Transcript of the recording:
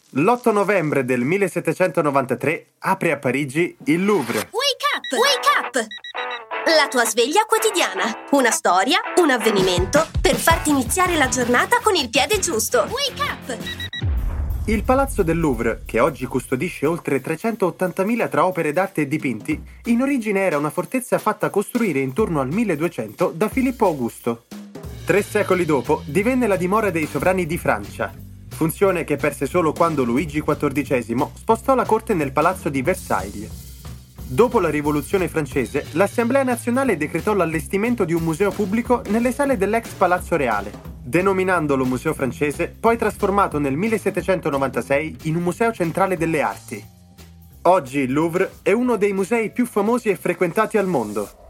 L'8 novembre del 1793 apre a Parigi il Louvre. Wake up! Wake up! La tua sveglia quotidiana. Una storia, un avvenimento per farti iniziare la giornata con il piede giusto. Wake up! Il Palazzo del Louvre, che oggi custodisce oltre 380.000 tra opere d'arte e dipinti, in origine era una fortezza fatta costruire intorno al 1200 da Filippo Augusto. 3 secoli dopo divenne la dimora dei sovrani di Francia, funzione che perse solo quando Luigi XIV spostò la corte nel palazzo di Versailles. Dopo la Rivoluzione francese, l'Assemblea nazionale decretò l'allestimento di un museo pubblico nelle sale dell'ex Palazzo Reale, denominandolo Museo francese, poi trasformato nel 1796 in un museo centrale delle arti. Oggi il Louvre è uno dei musei più famosi e frequentati al mondo.